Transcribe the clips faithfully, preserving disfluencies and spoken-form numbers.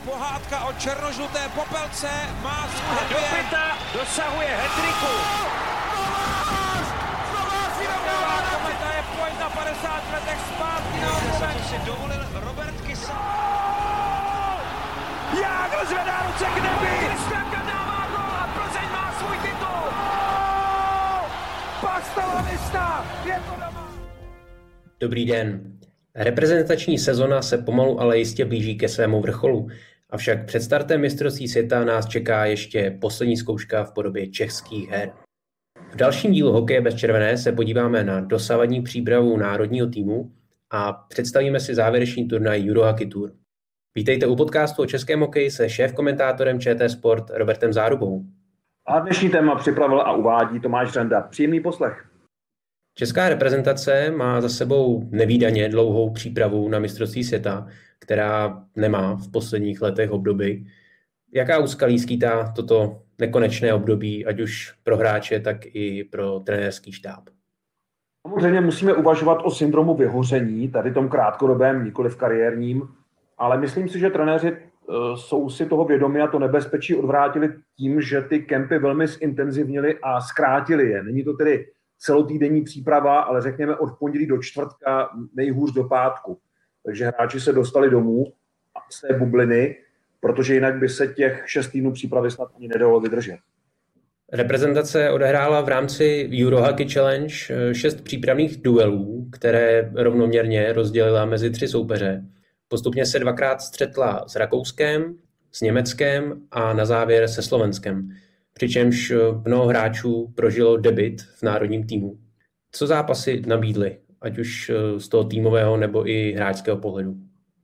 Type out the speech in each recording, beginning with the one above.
Pohádka o černožluté popelce má svůj happy end. Dosahuje hat-tricku. Kometa je pojď na padesát letech zpátky na obloven. si dovolil Robert Kysa. Jágr zvedá ruce k nebi. Kristianka dává gól a Plzeň má svůj titul. Pasta Lavista, je to doma. Dobrý den. Reprezentační sezona se pomalu, ale jistě blíží ke svému vrcholu. Avšak před startem mistrovství světa nás čeká ještě poslední zkouška v podobě českých her. V dalším dílu Hokeje bez červené se podíváme na dosavadní přípravu národního týmu a představíme si závěrečný turnaj Eurohockey Tour. Vítejte u podcastu o českém hokeji se šéf-komentátorem ČT Sport Robertem Zárubou. A dnešní téma připravil a uvádí Tomáš Řenda. Příjemný poslech. Česká reprezentace má za sebou nevídaně dlouhou přípravu na mistrovství světa, která nemá v posledních letech období. Jaká úskalí skýtá toto nekonečné období, ať už pro hráče, tak i pro trenérský štáb? Samozřejmě musíme uvažovat o syndromu vyhoření, tady tom krátkodobém, nikoli v kariérním, ale myslím si, že trenéři jsou si toho vědomi a to nebezpečí odvrátili tím, že ty kempy velmi zintenzivnili a zkrátili je. Není to tedy celotýdenní příprava, ale řekněme od pondělí do čtvrtka, nejhůř do pátku. Takže hráči se dostali domů z té bubliny, protože jinak by se těch šest týdnů přípravy snad ani nedalo vydržet. Reprezentace odehrála v rámci Eurohockey Challenge šest přípravných duelů, které rovnoměrně rozdělila mezi tři soupeře. Postupně se dvakrát střetla s Rakouskem, s Německem a na závěr se Slovenskem. Přičemž mnoho hráčů prožilo debut v národním týmu. Co zápasy nabídly, ať už z toho týmového nebo i hráčského pohledu?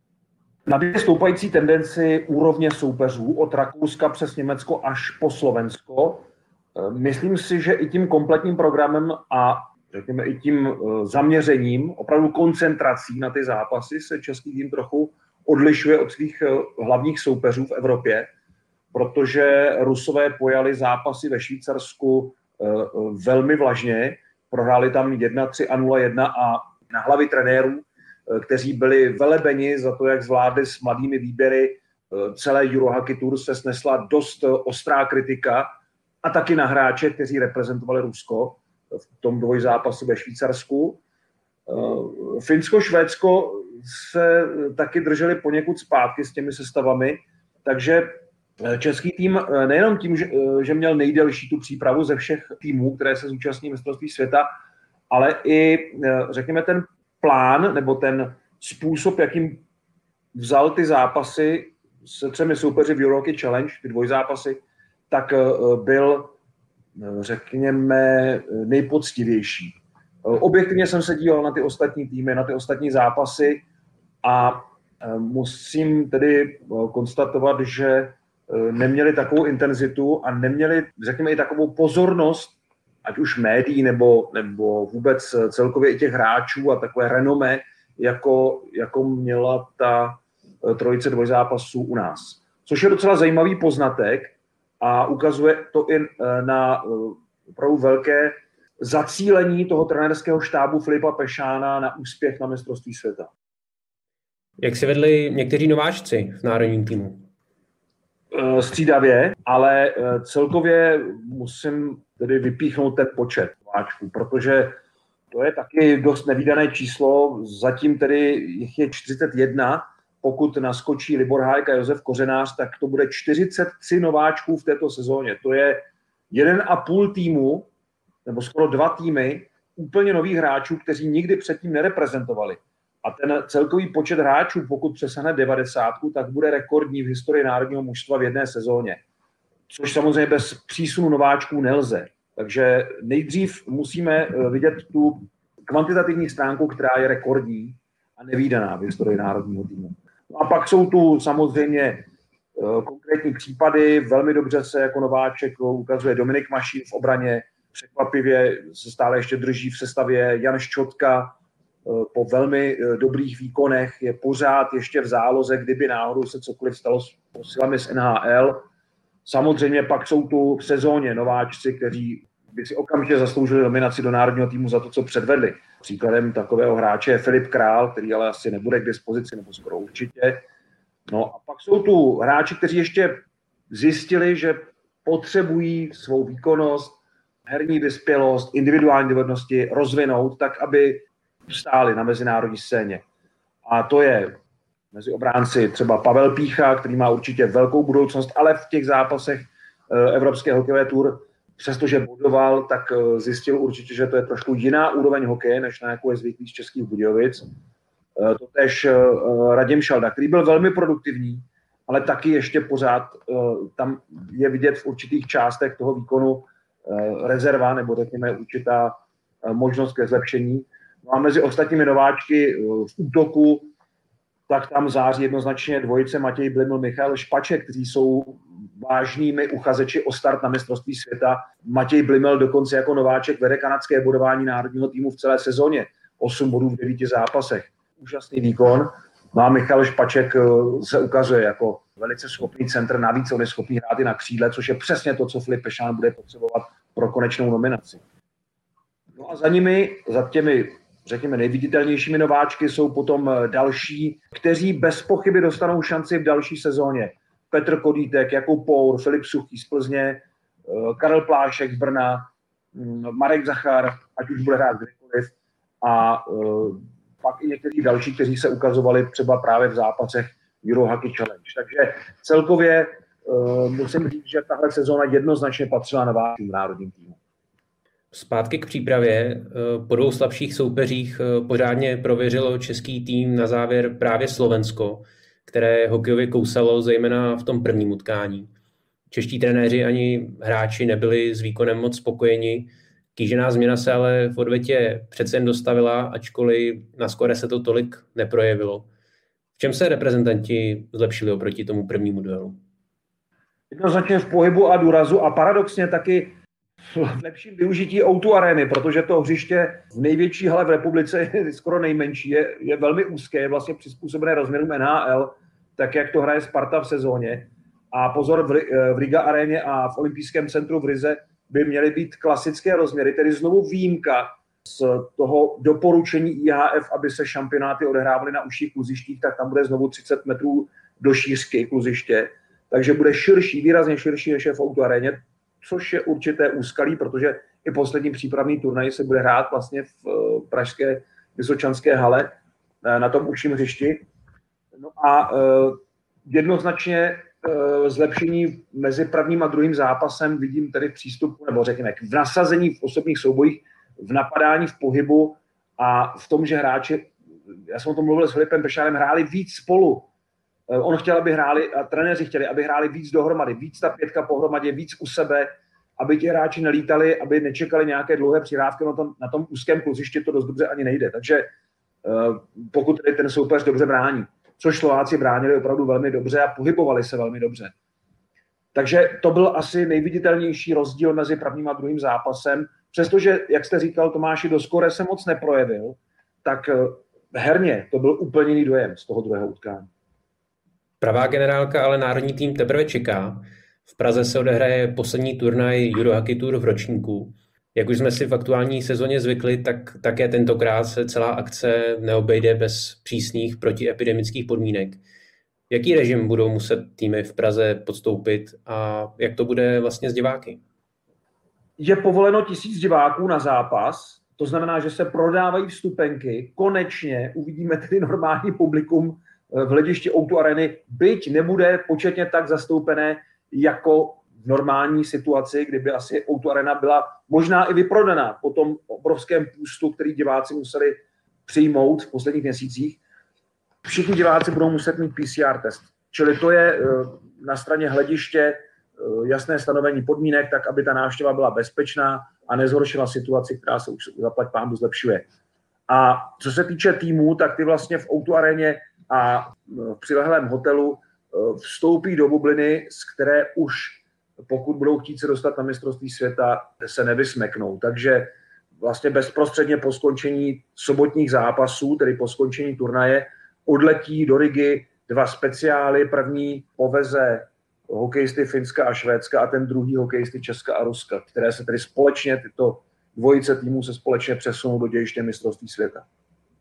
Nabídly stoupající tendenci úrovně soupeřů od Rakouska přes Německo až po Slovensko. Myslím si, že i tím kompletním programem a řekněme i tím zaměřením, opravdu koncentrací na ty zápasy se český tým trochu odlišuje od svých hlavních soupeřů v Evropě, protože Rusové pojali zápasy ve Švýcarsku velmi vlažně, prohráli tam jedna tři a nula jedna a na hlavy trenérů, kteří byli velebeni za to, jak zvládli s mladými výběry celé Eurohockey Tour, se snesla dost ostrá kritika a taky na hráče, kteří reprezentovali Rusko v tom dvojzápasu ve Švýcarsku. Finsko, Švédsko se taky drželi poněkud zpátky s těmi sestavami, takže český tým nejenom tím, že, že měl nejdelší tu přípravu ze všech týmů, které se zúčastní mistrovství světa, ale i, řekněme, ten plán nebo ten způsob, jakým vzal ty zápasy se třemi soupeři v Eurohockey Challenge, ty dvojzápasy, tak byl, řekněme, nejpoctivější. Objektivně jsem se díval na ty ostatní týmy, na ty ostatní zápasy a musím tedy konstatovat, že neměli takovou intenzitu a neměli, řekněme, i takovou pozornost, ať už médií nebo, nebo vůbec celkově i těch hráčů a takové renomé, jako, jako měla ta trojice dvojzápasů u nás. Což je docela zajímavý poznatek a ukazuje to i na opravdu velké zacílení toho trenérského štábu Filipa Pešána na úspěch na mistrovství světa. Jak si vedli někteří nováčci v národním týmu? Střídavě, ale celkově musím tedy vypíchnout ten počet nováčků, protože to je taky dost nevídané číslo, zatím tedy jich je čtyřicet jedna, pokud naskočí Libor Hájek a Josef Kořenář, tak to bude čtyřicet tři nováčků v této sezóně. To je jeden a půl týmu, nebo skoro dva týmy úplně nových hráčů, kteří nikdy předtím nereprezentovali. A ten celkový počet hráčů, pokud přesahne devadesátku, tak bude rekordní v historii národního mužstva v jedné sezóně. Což samozřejmě bez přísunu nováčků nelze. Takže nejdřív musíme vidět tu kvantitativní stránku, která je rekordní a nevídaná v historii národního týmu. No a pak jsou tu samozřejmě konkrétní případy. Velmi dobře se jako nováček ukazuje Dominik Mašín v obraně. Překvapivě se stále ještě drží v sestavě Jan Ščotka. Po velmi dobrých výkonech je pořád ještě v záloze, kdyby náhodou se cokoliv stalo s posilami z N H L. Samozřejmě pak jsou tu v sezóně nováčci, kteří by si okamžitě zasloužili nominaci do národního týmu za to, co předvedli. Příkladem takového hráče je Filip Král, který ale asi nebude k dispozici, nebo skoro určitě. No a pak jsou tu hráči, kteří ještě zjistili, že potřebují svou výkonnost, herní vyspělost, individuální dovednosti rozvinout tak, aby stáli na mezinárodní scéně. A to je mezi obránci třeba Pavel Pícha, který má určitě velkou budoucnost, ale v těch zápasech Evropské hokejové tour, přestože bodoval, tak zjistil určitě, že to je trošku jiná úroveň hokeje, než na jakou je zvyklý z Českých Budějovic. Totéž Radim Šalda, který byl velmi produktivní, ale taky ještě pořád tam je vidět v určitých částech toho výkonu rezerva, nebo řekněme určitá možnost ke zlepšení. No a mezi ostatními nováčky v útoku, tak tam září jednoznačně dvojice Matěj Bliml, Michal Špaček, kteří jsou vážnými uchazeči o start na mistrovství světa. Matěj Bliml dokonce jako nováček vede kanadské bodování národního týmu v celé sezóně. osm bodů v devíti zápasech. Úžasný výkon. No a Michal Špaček se ukazuje jako velice schopný centr, navíc on je schopný hrát i na křídle, což je přesně to, co Filip Pešán bude potřebovat pro konečnou nominaci. No a za nimi, za těmi, řekněme, nejviditelnějšími nováčky jsou potom další, kteří bez pochyby dostanou šanci v další sezóně. Petr Kodítek, Jakub Pour, Filip Suchý z Plzně, Karel Plášek z Brna, Marek Zachar, ať už bude hrát kdekoliv, a pak i někteří další, kteří se ukazovali třeba právě v zápasech Euro Hockey Challenge. Takže celkově uh, musím říct, že tahle sezóna jednoznačně patřila nováčkům v národním týmu. Zpátky k přípravě. Po dvou slabších soupeřích pořádně prověřilo český tým na závěr právě Slovensko, které hokejově kousalo zejména v tom prvním utkání. Čeští trenéři ani hráči nebyli s výkonem moc spokojeni. Kýžená změna se ale v odvětě přece jen dostavila, ačkoliv na skóre se to tolik neprojevilo. V čem se reprezentanti zlepšili oproti tomu prvnímu duelu? Jednoznačně v pohybu a důrazu a paradoxně taky v lepším využití ó dva arény, protože to hřiště v největší hale v republice je skoro nejmenší, je, je velmi úzké, je vlastně přizpůsobené rozměrům N H L, tak jak to hraje Sparta v sezóně. A pozor, v, v Riga aréně a v olympijském centru v Rize by měly být klasické rozměry, tedy znovu výjimka z toho doporučení I H F, aby se šampionáty odehrávaly na užších kluzištích, tak tam bude znovu třicet metrů do šířky kluziště, takže bude širší, výrazně širší než je v ó dva aréně, což je určité úskalí, protože i poslední přípravný turnaj se bude hrát vlastně v pražské Vysočanské hale na tom užším hřišti. No a jednoznačně zlepšení mezi prvním a druhým zápasem vidím tedy v přístupu, nebo řekněme, v nasazení v osobních soubojích, v napadání, v pohybu a v tom, že hráči, já jsem o tom mluvil s Filipem Pešánem, hráli víc spolu. On chtěl, aby hráli, a trenéři chtěli, aby hráli víc dohromady, víc ta pětka pohromadě, víc u sebe, aby ti hráči nelítali, aby nečekali nějaké dlouhé přihrávky, na tom, na tom úzkém kluzišti to dost dobře ani nejde. Takže pokud tedy ten soupeř dobře brání, což Slováci bránili opravdu velmi dobře a pohybovali se velmi dobře. Takže to byl asi nejviditelnější rozdíl mezi prvním a druhým zápasem. Přestože, jak jste říkal, Tomáši, do skóre se moc neprojevil, tak herně to byl úplně jiný dojem z toho druhého utkání. Pravá generálka ale národní tým teprve čeká. V Praze se odehraje poslední turnaj Euro Hockey Tour v ročníku. Jak už jsme si v aktuální sezóně zvykli, tak také tentokrát se celá akce neobejde bez přísných protiepidemických podmínek. Jaký režim budou muset týmy v Praze podstoupit a jak to bude vlastně s diváky? Je povoleno tisíc diváků na zápas, to znamená, že se prodávají vstupenky. Konečně uvidíme tedy normální publikum v hledišti ó dva Areny, byť nebude početně tak zastoupené jako v normální situaci, kdyby asi ó dva Arena byla možná i vyprodaná po tom obrovském půstu, který diváci museli přijmout v posledních měsících. Všichni diváci budou muset mít P C R test. Čili to je na straně hlediště jasné stanovení podmínek, tak aby ta návštěva byla bezpečná a nezhoršila situaci, která se už zaplať pánbu zlepšuje. A co se týče týmů, tak ty vlastně v ó dva Aréně a v přilehlém hotelu vstoupí do bubliny, z které už, pokud budou chtít se dostat na mistrovství světa, se nevysmeknou. Takže vlastně bezprostředně po skončení sobotních zápasů, tedy po skončení turnaje, odletí do Rigy dva speciály. První poveze hokejisty Finska a Švédska a ten druhý hokejisty Česka a Ruska, které se tedy společně, tyto dvojice týmů se společně přesunou do dějiště mistrovství světa.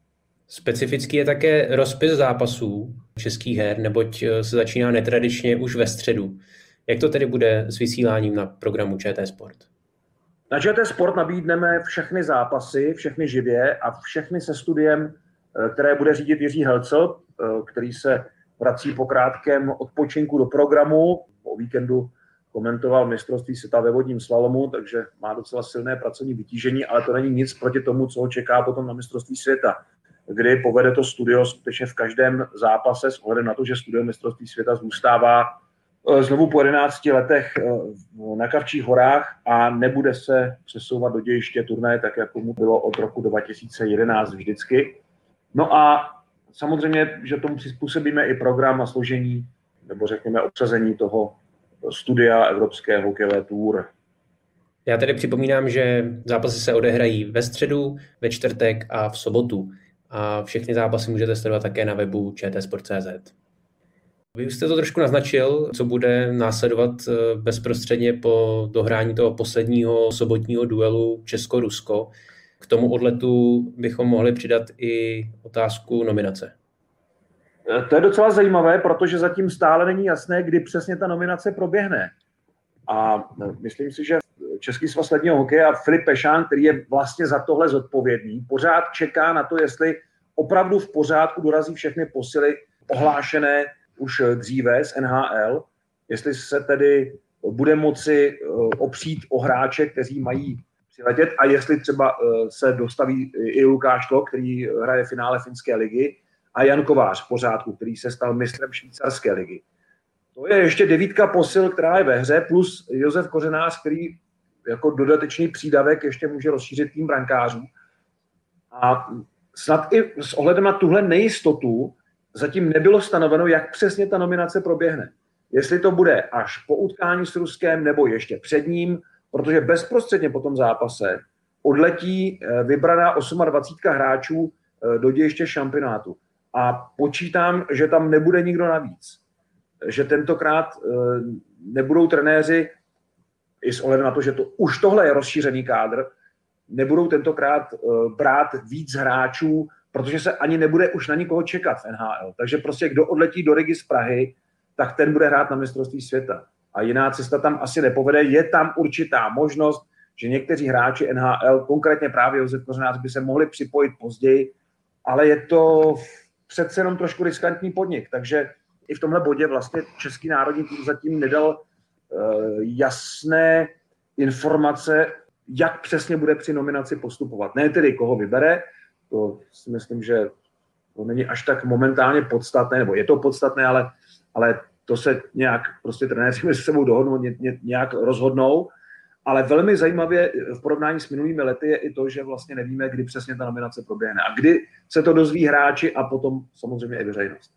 Specifický je také rozpis zápasů českých her, neboť se začíná netradičně už ve středu. Jak to tedy bude s vysíláním na programu ČT Sport? Na ČT Sport nabídneme všechny zápasy, všechny živě a všechny se studiem, které bude řídit Jiří Helcl, který se vrací po krátkém odpočinku do programu. Po víkendu komentoval mistrovství světa ve vodním slalomu, takže má docela silné pracovní vytížení, ale to není nic proti tomu, co ho čeká potom na mistrovství světa, kdy povede to studio skutečně v každém zápase s ohledem na to, že studio mistrovství světa zůstává znovu po jedenácti letech na Kavčích horách a nebude se přesouvat do dějiště turnaje, tak jako mu bylo od roku dva tisíce jedenáct vždycky. No a samozřejmě, že tomu přizpůsobíme i program a složení, nebo řekněme obsazení toho studia Evropské hokejové tour. Já tedy připomínám, že zápasy se odehrají ve středu, ve čtvrtek a v sobotu. A všechny zápasy můžete sledovat také na webu č t sport tečka c z. Vy už jste to trošku naznačil, co bude následovat bezprostředně po dohrání toho posledního sobotního duelu Česko-Rusko. K tomu odletu bychom mohli přidat i otázku nominace. To je docela zajímavé, protože zatím stále není jasné, kdy přesně ta nominace proběhne. A myslím si, že Český svaz ledního hokeje a Filip Pešán, který je vlastně za tohle zodpovědný, pořád čeká na to, jestli opravdu v pořádku dorazí všechny posily ohlášené už dříve z N H L, jestli se tedy bude moci opřít o hráče, kteří mají přiletět a jestli třeba se dostaví i Lukáš Tlok, který hraje finále finské ligy, a Jan Kovář v pořádku, který se stal mistrem švýcarské ligy. To je ještě devítka posil, která je ve hře, plus Josef Kořenář, který jako dodatečný přídavek ještě může rozšířit tým brankářů. A snad i s ohledem na tuhle nejistotu zatím nebylo stanoveno, jak přesně ta nominace proběhne. Jestli to bude až po utkání s Ruskem nebo ještě před ním, protože bezprostředně po tom zápase odletí vybraná dvacet osm hráčů do dějiště šampionátu. A počítám, že tam nebude nikdo navíc. Že tentokrát nebudou trenéři, i s ohledem na to, že to, už tohle je rozšířený kádr, nebudou tentokrát brát víc hráčů, protože se ani nebude už na nikoho čekat v N H L. Takže prostě kdo odletí do Rigy z Prahy, tak ten bude hrát na mistrovství světa. A jiná cesta tam asi nepovede. Je tam určitá možnost, že někteří hráči N H L, konkrétně právě Josef Kořenář, by se mohli připojit později, ale je to přece jenom trošku riskantní podnik. Takže i v tomhle bodě vlastně český národní tým zatím nedal uh, jasné informace, jak přesně bude při nominaci postupovat. Ne tedy koho vybere, to si myslím, že to není až tak momentálně podstatné, nebo je to podstatné, ale, ale to se nějak prostě trenéři mezi sebou dohodnou, ně, ně, nějak rozhodnou. Ale velmi zajímavě v porovnání s minulými lety je i to, že vlastně nevíme, kdy přesně ta nominace proběhne a kdy se to dozví hráči a potom samozřejmě i veřejnost.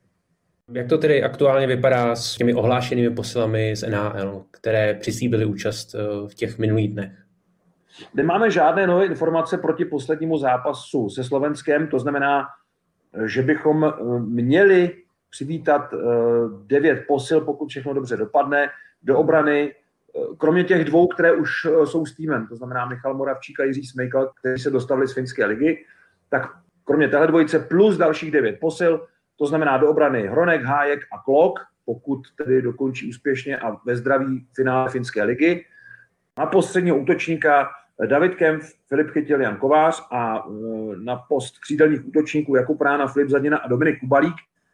Jak to tedy aktuálně vypadá s těmi ohlášenými posilami z N H L, které přislíbily účast v těch minulých dnech? Nemáme žádné nové informace proti poslednímu zápasu se Slovenskem, to znamená, že bychom měli přivítat devět posil, pokud všechno dobře dopadne, do obrany, kromě těch dvou, které už jsou s týmem, to znamená Michal Moravčík a Jiří Smejkal, kteří se dostavili z finské ligy, tak kromě téhle dvojice plus dalších devět posil, to znamená do obrany Hronek, Hájek a Klok, pokud tedy dokončí úspěšně a ve zdraví finále finské ligy. Na post středního útočníka David Kempf, Filip Chytil, Jan Kovář a na post křídelních útočníků Jakub Rána, Filip Zadina a Dominik Kubalík.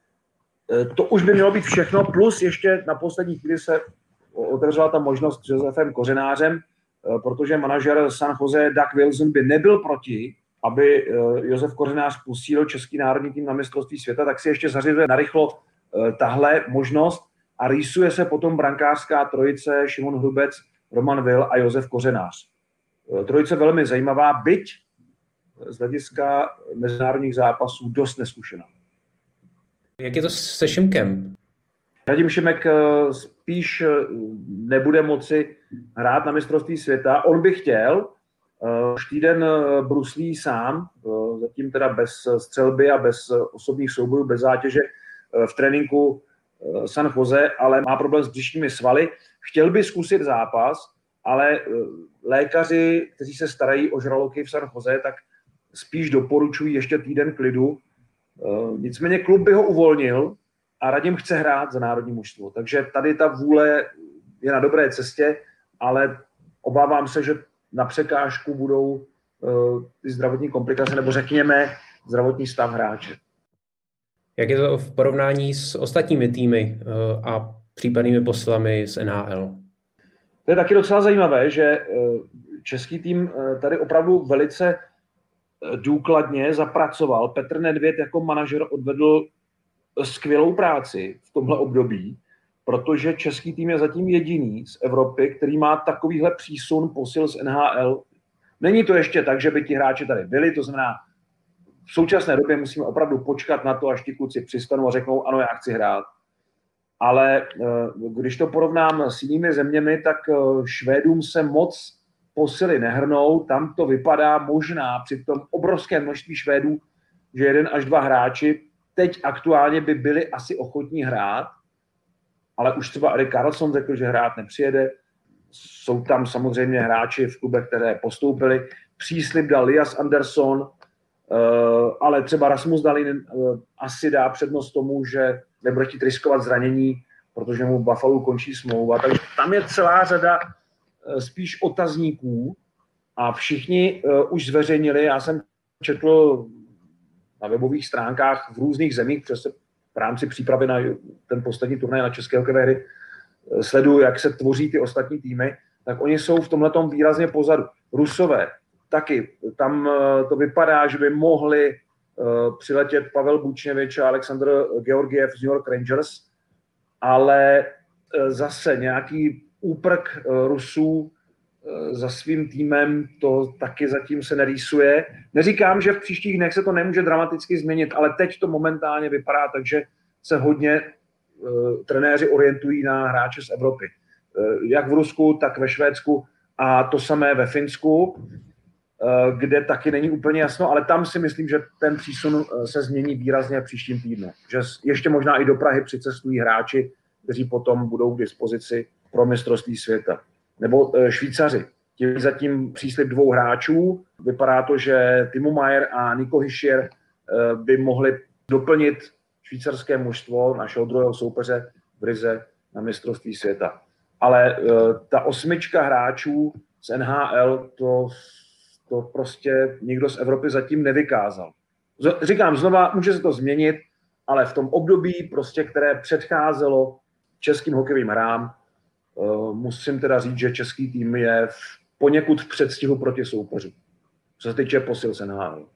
To už by mělo být všechno, plus ještě na poslední chvíli se otevřela ta možnost s Josefem Kořenářem, protože manažer San Jose Doug Wilson by nebyl proti, aby Josef Kořenář posílil český národní tým na mistrovství světa, tak si ještě zařizuje narychlo tahle možnost a rýsuje se potom brankářská trojice Šimon Hrubec, Roman Vil a Josef Kořenář. Trojice velmi zajímavá, byť z hlediska mezinárodních zápasů dost neskušená. Jak je to se Šimkem? Radim Šimek spíš nebude moci hrát na mistrovství světa. On by chtěl, už týden bruslí sám, zatím teda bez střelby a bez osobních soubojů, bez zátěže v tréninku San Jose, ale má problém s břišními svaly. Chtěl by zkusit zápas, ale lékaři, kteří se starají o žraloky v San Jose, tak spíš doporučuji ještě týden klidu. Nicméně klub by ho uvolnil a Radim chce hrát za národní mužstvo. Takže tady ta vůle je na dobré cestě, ale obávám se, že na překážku budou ty zdravotní komplikace, nebo řekněme zdravotní stav hráče. Jak je to v porovnání s ostatními týmy a případnými posilami z N H L? To je taky docela zajímavé, že český tým tady opravdu velice důkladně zapracoval. Petr Nedvěd jako manažer odvedl skvělou práci v tomhle období, protože český tým je zatím jediný z Evropy, který má takovýhle přísun posil z N H L. Není to ještě tak, že by ti hráči tady byli, to znamená, v současné době musíme opravdu počkat na to, až ti kluci přistanou a řeknou, ano, já chci hrát. Ale když to porovnám s jinými zeměmi, tak Švédům se moc posily nehrnou, tam to vypadá možná při tom obrovském množství Švédů, že jeden až dva hráči teď aktuálně by byli asi ochotní hrát, ale už třeba Erik Karlsson řekl, že hrát nepřijede. Jsou tam samozřejmě hráči v klubech, které postoupili. Příslib dal Lias Andersson, ale třeba Rasmus Dahlin asi dá přednost tomu, že nebude chtít riskovat zranění, protože mu Buffalo končí smlouva. Takže tam je celá řada spíš otazníků a všichni už zveřejnili, já jsem četl na webových stránkách v různých zemích, přes v rámci přípravy na ten poslední turnaj na české hokejové hry, sleduju, jak se tvoří ty ostatní týmy, tak oni jsou v tomhletom výrazně pozadu. Rusové taky, tam to vypadá, že by mohli přiletět Pavel Bučněvič a Aleksandr Georgiev z New York Rangers, ale zase nějaký úprk Rusů za svým týmem, to taky zatím se nerýsuje. Neříkám, že v příštích dnech se to nemůže dramaticky změnit, ale teď to momentálně vypadá, takže se hodně uh, trenéři orientují na hráče z Evropy. Uh, jak v Rusku, tak ve Švédsku a to samé ve Finsku, uh, kde taky není úplně jasno, ale tam si myslím, že ten přísun uh, se změní výrazně v příštím týdnu. Že ještě možná i do Prahy přicestují hráči, kteří potom budou k dispozici pro mistrovství světa. Nebo Švýcaři. Ti zatím příslib dvou hráčů. Vypadá to, že Timo Meier a Nico Hischier by mohli doplnit švýcarské mužstvo našeho druhého soupeře v Rize na mistrovství světa. Ale ta osmička hráčů z N H L, to, to prostě nikdo z Evropy zatím nevykázal. Říkám znova, může se to změnit, ale v tom období, prostě, které předcházelo českým hokejovým hrám, Uh, musím teda říct, že český tým je v, poněkud v předstihu proti soupeři, co se týče posil z N H L.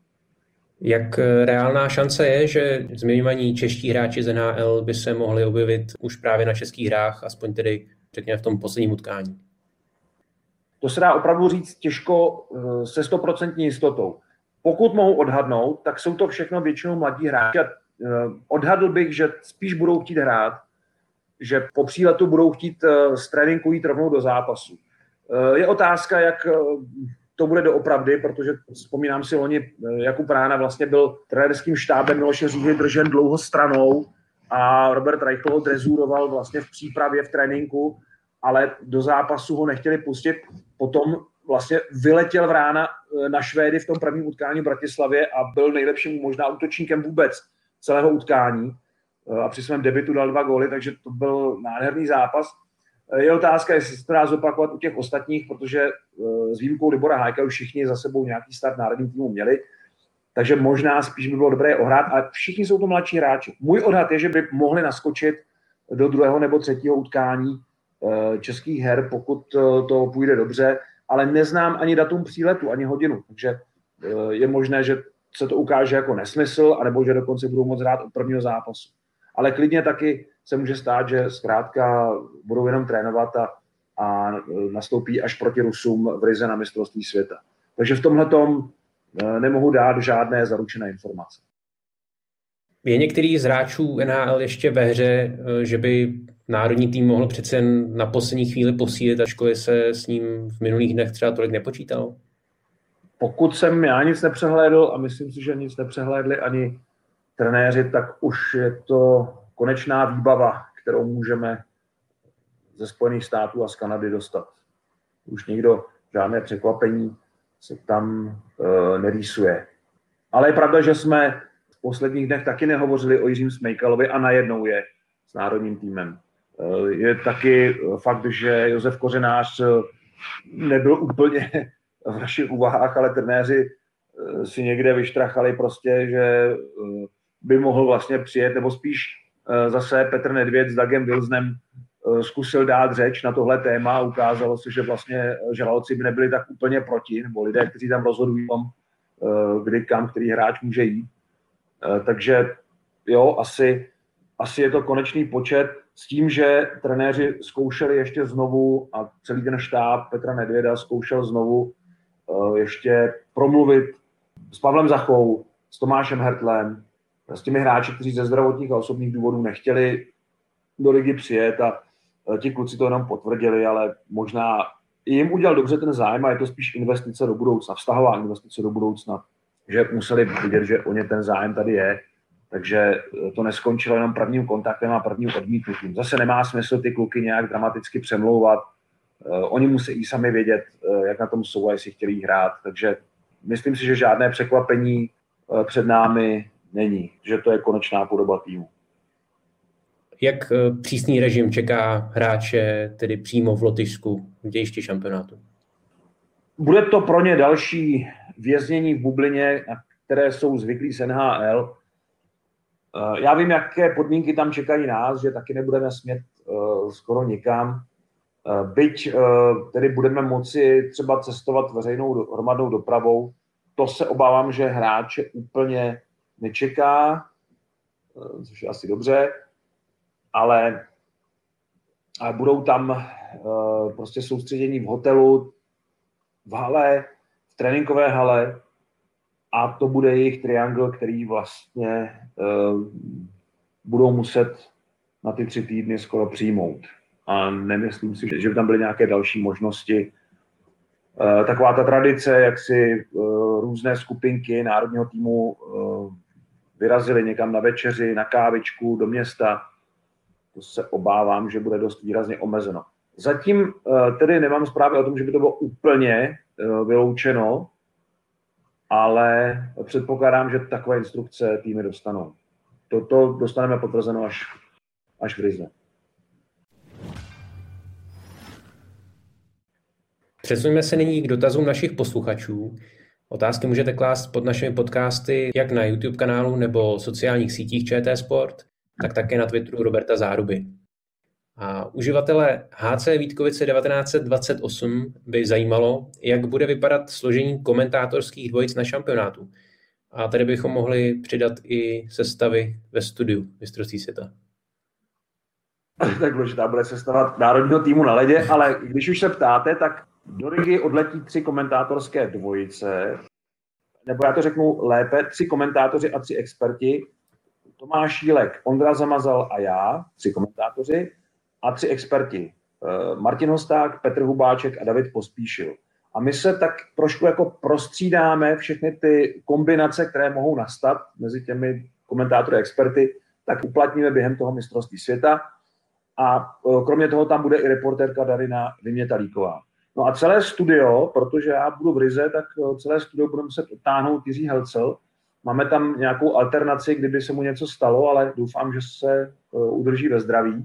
Jak reálná šance je, že zmiňovaní čeští hráči z N H L by se mohli objevit už právě na českých hrách, aspoň tedy řekněme v tom posledním utkání? To se dá opravdu říct těžko uh, se stoprocentní jistotou. Pokud mohu odhadnout, tak jsou to všechno většinou mladí hráči. Uh, odhadl bych, že spíš budou chtít hrát, že po příletu budou chtít z tréninku jít rovnou do zápasu. Je otázka, jak to bude doopravdy, protože vzpomínám si loni, Jakub Rána vlastně byl trenérským štábem Miloše Říhy držen dlouho stranou a Robert Reichel ho drezuroval vlastně v přípravě, v tréninku, ale do zápasu ho nechtěli pustit. Potom vlastně vyletěl Vrána na Švédy v tom prvním utkání v Bratislavě a byl nejlepším možná útočníkem vůbec celého utkání. A při svém debutu dal dva góly, takže to byl nádherný zápas. Je otázka, jestli se to dá zopakovat u těch ostatních, protože s výjimkou Libora Hájka už všichni za sebou nějaký start národním týmu měli, takže možná spíš by bylo dobré ohrát, ale všichni jsou to mladší hráči. Můj odhad je, že by mohli naskočit do druhého nebo třetího utkání českých her, pokud to půjde dobře, ale neznám ani datum příletu, ani hodinu, takže je možné, že se to ukáže jako nesmysl, anebo že dokonce budou moct hrát od prvního zápasu. Ale klidně taky se může stát, že zkrátka budou jenom trénovat a, a nastoupí až proti Rusům v Rize na mistrovství světa. Takže v tomhletom nemohu dát žádné zaručené informace. Je některý z hráčů N H L ještě ve hře, že by národní tým mohl přece na poslední chvíli posílit, ačkoliv se s ním v minulých dnech třeba tolik nepočítalo? Pokud jsem já nic nepřehlédl a myslím si, že nic nepřehlédli ani trenéři, tak už je to konečná výbava, kterou můžeme ze Spojených států a z Kanady dostat. Už nikdo žádné překvapení se tam uh, nerýsuje. Ale je pravda, že jsme v posledních dnech taky nehovořili o Jiřím Smejkalovi a najednou je s národním týmem. Uh, je taky fakt, že Josef Kořenář nebyl úplně v našich úvahách, ale trenéři uh, si někde vyštrachali prostě, že uh, by mohl vlastně přijet, nebo spíš uh, zase Petr Nedvěd s Dagem Wilsonem zkusil dát řeč na tohle téma a ukázalo se, že vlastně žraloci by nebyli tak úplně proti, nebo lidé, kteří tam rozhodují tom, kdy kam, který hráč může jít. Takže jo, asi, asi je to konečný počet s tím, že trenéři zkoušeli ještě znovu a celý ten štáb Petra Nedvěda zkoušel znovu ještě promluvit s Pavlem Zachou, s Tomášem Hertlem, s těmi hráči, kteří ze zdravotních a osobních důvodů nechtěli do ligy přijet a ti kluci to jenom potvrdili, ale možná jim udělal dobře ten zájem a je to spíš investice do budoucna, vztahová investice do budoucna, že museli vidět, že o ně ten zájem tady je, takže to neskončilo jenom prvním kontaktem a prvním odmítnutím. Zase nemá smysl ty kluky nějak dramaticky přemlouvat, oni musí sami vědět, jak na tom jsou a jestli chtěli hrát, takže myslím si, že žádné překvapení před námi není, že to je konečná podoba týmu. Jak přísný režim čeká hráče tedy přímo v Lotyšsku v dějišti šampionátu? Bude to pro ně další věznění v bublině, na které jsou zvyklí z N H L. Já vím, jaké podmínky tam čekají nás, že taky nebudeme smět skoro nikam. Byť tedy budeme moci třeba cestovat veřejnou hromadnou dopravou, to se obávám, že hráče úplně nečeká, což je asi dobře. Ale, ale budou tam uh, prostě soustředění v hotelu, v hale, v tréninkové hale a to bude jejich triangl, který vlastně uh, budou muset na ty tři týdny skoro přijmout. A nemyslím si, že by tam byly nějaké další možnosti. Uh, taková ta tradice, jak si uh, různé skupinky národního týmu uh, vyrazily někam na večeři, na kávičku, do města, to se obávám, že bude dost výrazně omezeno. Zatím tedy nemám zprávy o tom, že by to bylo úplně vyloučeno, ale předpokládám, že takové instrukce týmy dostanou. Toto dostaneme potvrzeno až, až v Rize. Přesuňme se nyní k dotazům našich posluchačů. Otázky můžete klást pod našimi podcasty jak na YouTube kanálu nebo sociálních sítích ČT Sport, tak také na Twitteru Roberta Záruby. A uživatele H C Vítkovice devatenáct set dvacet osm by zajímalo, jak bude vypadat složení komentátorských dvojic na šampionátu. A tady bychom mohli přidat i sestavy ve studiu mistrovství světa. Tak důležitá bude sestava národního týmu na ledě, ale když už se ptáte, tak do Rigy odletí tři komentátorské dvojice, nebo já to řeknu lépe, tři komentátoři a tři experti, Tomáš Jílek, Ondra Zamazal a já, tři komentátoři a tři experti. Martin Hosták, Petr Hubáček a David Pospíšil. A my se tak trošku jako prostřídáme všechny ty kombinace, které mohou nastat mezi těmi komentátory a experty, tak uplatníme během toho mistrovství světa. A kromě toho tam bude i reportérka Darina Vymětalíková. No a celé studio, protože já budu v Rize, tak celé studio budu muset otáhnout Jiří Helcel. Máme tam nějakou alternaci, kdyby se mu něco stalo, ale doufám, že se udrží ve zdraví.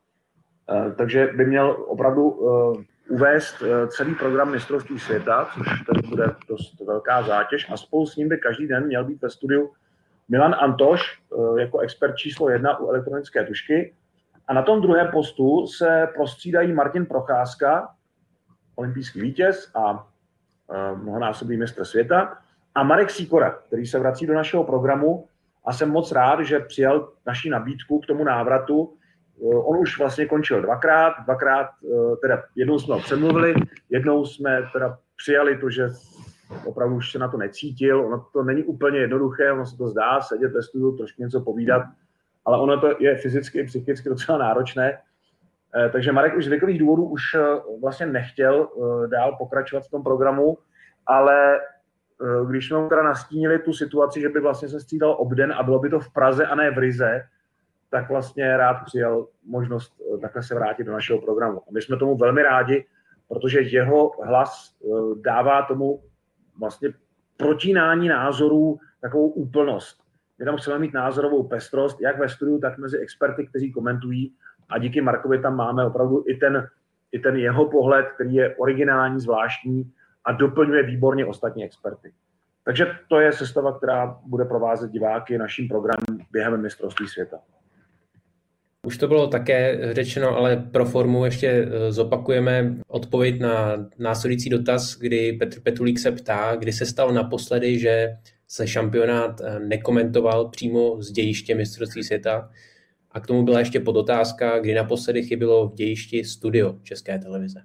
Takže by měl opravdu uvést celý program mistrovství světa, což tady bude dost velká zátěž. A spolu s ním by každý den měl být ve studiu Milan Antoš jako expert číslo jedna u elektronické tužky. A na tom druhém postu se prostřídají Martin Procházka, olympijský vítěz a mnohonásobný mistr světa, a Marek Sýkora, který se vrací do našeho programu a jsem moc rád, že přijal naši nabídku k tomu návratu. On už vlastně končil dvakrát, dvakrát, teda jednou jsme ho přemluvili, jednou jsme teda přijali to, že opravdu už se na to necítil, ono to není úplně jednoduché, ono se to zdá, sedět ve studiu, trošku něco povídat, ale ono to je fyzicky i psychicky docela náročné. Takže Marek už z věkových důvodů už vlastně nechtěl dál pokračovat v tom programu, ale když jsme mu teda nastínili tu situaci, že by vlastně se střídal obden a bylo by to v Praze a ne v Rize, tak vlastně rád přijal možnost takhle se vrátit do našeho programu. A my jsme tomu velmi rádi, protože jeho hlas dává tomu vlastně protínání názorů takovou úplnost. My tam chceme mít názorovou pestrost, jak ve studiu, tak mezi experty, kteří komentují. A díky Markovi tam máme opravdu i ten, i ten jeho pohled, který je originální, zvláštní a doplňuje výborně ostatní experty. Takže to je sestava, která bude provázet diváky naším programem během mistrovství světa. Už to bylo také řečeno, ale pro formu ještě zopakujeme odpověď na následující dotaz, kdy Petr Petulík se ptá, kdy se stalo naposledy, že se šampionát nekomentoval přímo z dějiště mistrovství světa. A k tomu byla ještě podotázka, kdy naposledy chybělo v dějišti studio České televize.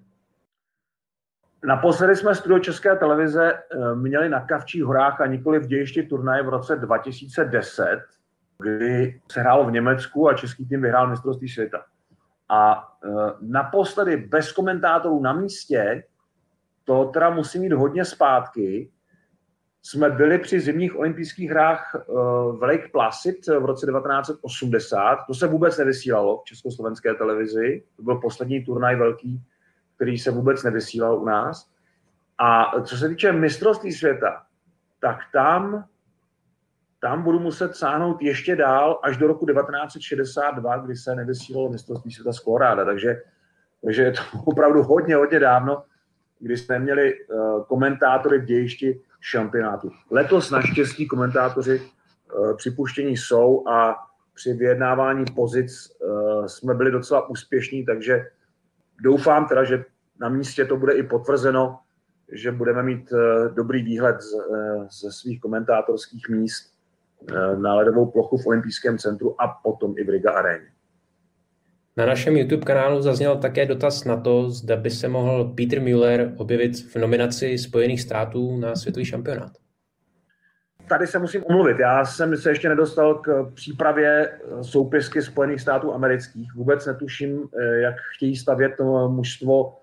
Naposledy jsme studio České televize měli na Kavčích horách a nikoli v dějišti turnaje v roce dva tisíce deset, kdy se hrálo v Německu a český tým vyhrál mistrovství světa. A naposledy bez komentátorů na místě, to teda musí mít hodně zpátky, jsme byli při zimních olympijských hrách v Lake Placid v roce devatenáct set osmdesát. To se vůbec nevysílalo v československé televizi. To byl poslední turnaj velký, který se vůbec nevysílal u nás. A co se týče mistrovství světa, tak tam, tam budu muset sáhnout ještě dál až do roku devatenáct set šedesát dva, kdy se nevysílalo mistrovství světa z Koloráda. Takže, takže je to opravdu hodně, hodně dávno, kdy jsme měli uh, komentátory v dějišti šampionátu. Letos naštěstí komentátoři uh, připuštění jsou a při vyjednávání pozic uh, jsme byli docela úspěšní, takže doufám teda, že na místě to bude i potvrzeno, že budeme mít uh, dobrý výhled z, uh, ze svých komentátorských míst uh, na ledovou plochu v olympijském centru a potom i v Riga aréně. Na našem YouTube kanálu zazněl také dotaz na to, zda by se mohl Peter Müller objevit v nominaci Spojených států na světový šampionát. Tady se musím omluvit. Já jsem se ještě nedostal k přípravě soupisky Spojených států amerických. Vůbec netuším, jak chtějí stavět to mužstvo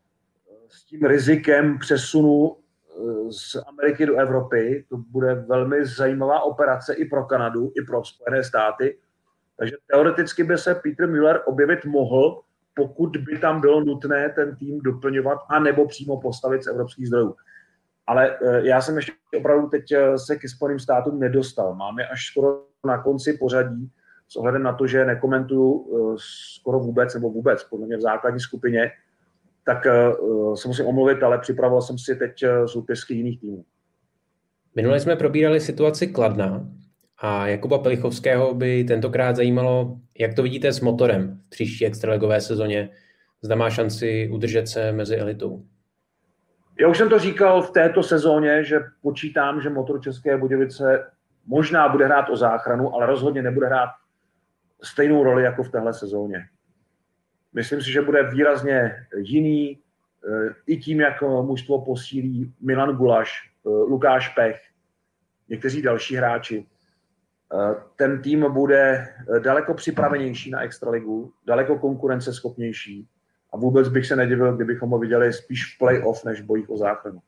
s tím rizikem přesunu z Ameriky do Evropy. To bude velmi zajímavá operace i pro Kanadu, i pro Spojené státy. Takže teoreticky by se Peter Müller objevit mohl, pokud by tam bylo nutné ten tým doplňovat anebo přímo postavit z evropských zdrojů. Ale já jsem ještě opravdu teď se ke Spojeným státům nedostal. Máme až skoro na konci pořadí s ohledem na to, že nekomentuju skoro vůbec nebo vůbec, podle mě v základní skupině, tak se musím omluvit, ale připravoval jsem si teď soupisky jiných týmů. Minule jsme probírali situaci Kladna a Jakuba Pelichovského by tentokrát zajímalo, jak to vidíte s motorem v příští extraligové sezóně. Zda má šanci udržet se mezi elitou. Já už jsem to říkal v této sezóně, že počítám, že Motor České Budějovice možná bude hrát o záchranu, ale rozhodně nebude hrát stejnou roli jako v téhle sezóně. Myslím si, že bude výrazně jiný, i tím, jak mužstvo posílí Milan Gulaš, Lukáš Pech, někteří další hráči. Ten tým bude daleko připravenější na extraligu, daleko konkurenceschopnější a vůbec bych se nedivil, kdybychom ho viděli spíš v play-off než v bojích o záchranu.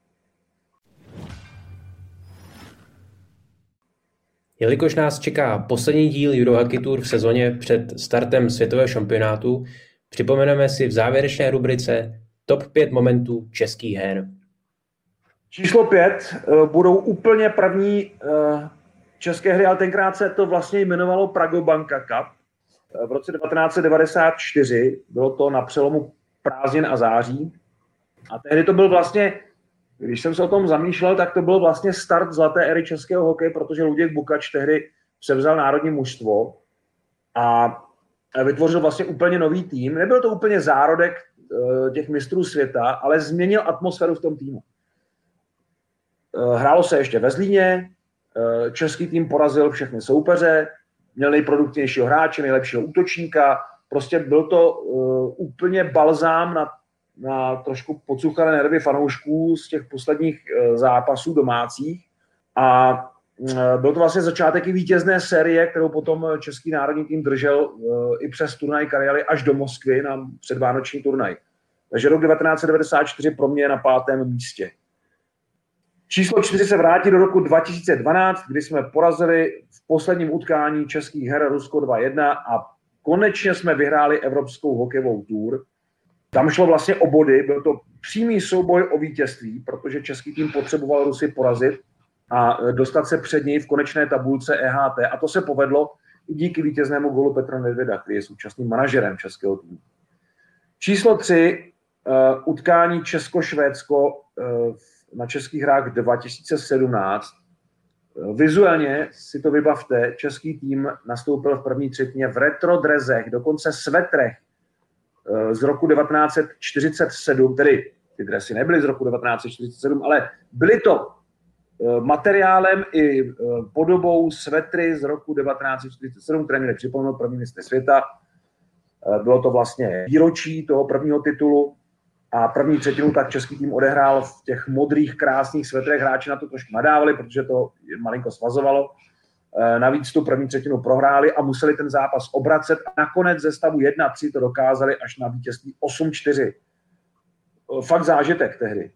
Jelikož nás čeká poslední díl Eurohockey Tour v sezóně před startem světového šampionátu, připomeneme si v závěrečné rubrice top pět momentů českých her. Číslo pět budou úplně první české hry, ale tenkrát se to vlastně jmenovalo Pragobanka Cup. V roce devatenáct set devadesát čtyři, bylo to na přelomu prázdnin a září. A tehdy to byl vlastně, když jsem se o tom zamýšlel, tak to byl vlastně start zlaté éry českého hokeje, protože Luděk Bukač tehdy převzal národní mužstvo a vytvořil vlastně úplně nový tým. Nebyl to úplně zárodek těch mistrů světa, ale změnil atmosféru v tom týmu. Hrálo se ještě ve Zlíně, český tým porazil všechny soupeře, měl nejproduktivnějšího hráče, nejlepšího útočníka. Prostě byl to uh, úplně balzám na, na trošku podsuchané nervy fanoušků z těch posledních uh, zápasů domácích. A uh, byl to vlastně začátek i vítězné série, kterou potom český národní tým držel uh, i přes turnaj Karjaly až do Moskvy na předvánoční turnaj. Takže rok devatenáct set devadesát čtyři pro mě je na pátém místě. Číslo čtyři se vrátí do roku dva tisíce dvanáct, kdy jsme porazili v posledním utkání českých her Rusko dva jedna a konečně jsme vyhráli Evropskou hokejovou tour. Tam šlo vlastně o body, byl to přímý souboj o vítězství, protože český tým potřeboval Rusy porazit a dostat se před něj v konečné tabulce E H T. A to se povedlo i díky vítěznému gólu Petra Nedvěda, který je současným manažerem českého týmu. Číslo tři, uh, utkání Česko-Švédsko uh, na českých hrách dva tisíce sedmnáct. Uh, vizuálně si to vybavte, český tým nastoupil v první třetině v retro drezech, dokonce svetrech uh, z roku devatenáct set čtyřicet sedm, tedy ty dresy nebyly z roku devatenáct set čtyřicet sedm, ale byly to uh, materiálem i uh, podobou svetry z roku devatenáct set čtyřicet sedm, které měly připomenout první mistry světa. Bylo to vlastně výročí toho prvního titulu a první třetinu tak český tým odehrál v těch modrých krásných svetrech. Hráči na to trošku nadávali, protože to malinko svazovalo. Navíc tu první třetinu prohráli a museli ten zápas obracet a nakonec ze stavu jedna tři to dokázali až na vítězství osm čtyři. Fakt zážitek tehdy.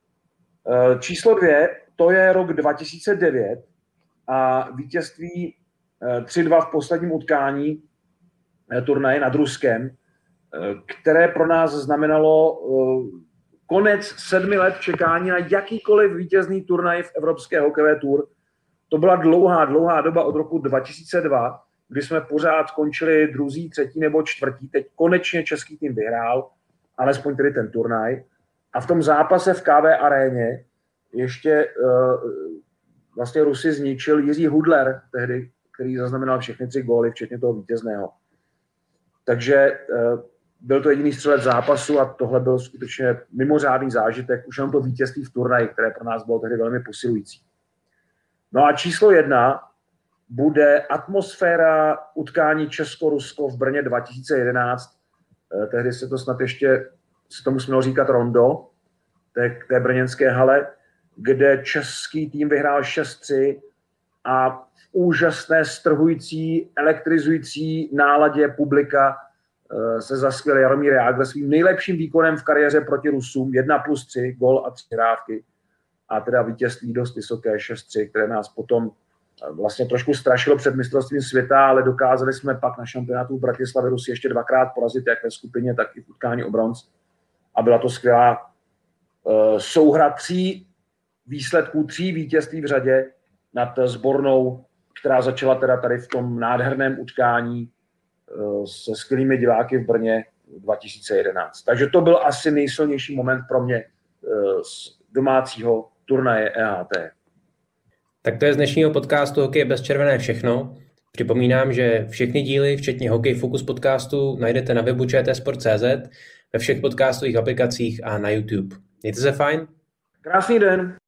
Číslo dvě, to je rok dva tisíce devět a vítězství tři dva v posledním utkání turnaje nad Ruskem, které pro nás znamenalo konec sedmi let čekání na jakýkoliv vítězný turnaj v Evropské hokejové tour. To byla dlouhá, dlouhá doba od roku dva tisíce dva, kdy jsme pořád skončili druzí, třetí nebo čtvrtí. Teď konečně český tým vyhrál, alespoň tedy ten turnaj. A v tom zápase v K V aréně ještě vlastně Rusy zničil Jiří Hudler tehdy, který zaznamenal všechny tři góly, včetně toho vítězného. Takže byl to jediný střelec zápasu a tohle byl skutečně mimořádný zážitek, už jenom to vítězství v turnaji, které pro nás bylo tehdy velmi posilující. No a číslo jedna bude atmosféra utkání Česko-Rusko v Brně dva tisíce jedenáct. Tehdy se to snad ještě, se tomu smělo říkat Rondo, té, té brněnské hale, kde český tým vyhrál šest tři a v úžasné, strhující, elektrizující náladě publika se zaskvěl Jaromír Jágr svým nejlepším výkonem v kariéře proti Rusům, jedna plus tři, gól a tři hrávky a teda vítězství dost vysoké šest tři, které nás potom vlastně trošku strašilo před mistrovstvím světa, ale dokázali jsme pak na šampionátu v Bratislavě Rusy ještě dvakrát porazit, jak ve skupině, tak i v utkání o bronz. A byla to skvělá uh, souhra tří výsledků, tří vítězství v řadě nad sbornou, která začala teda tady v tom nádherném utkání uh, se skvělými diváky v Brně dva tisíce jedenáct. Takže to byl asi nejsilnější moment pro mě uh, z domácího turnaje E H T. Tak to je z dnešního podcastu Hokej bez červené všechno. Připomínám, že všechny díly, včetně Hokej Focus podcastu, najdete na webu č t sport tečka cé zet, ve všech podcastových aplikacích a na YouTube. Mějte se fajn. Krásný den.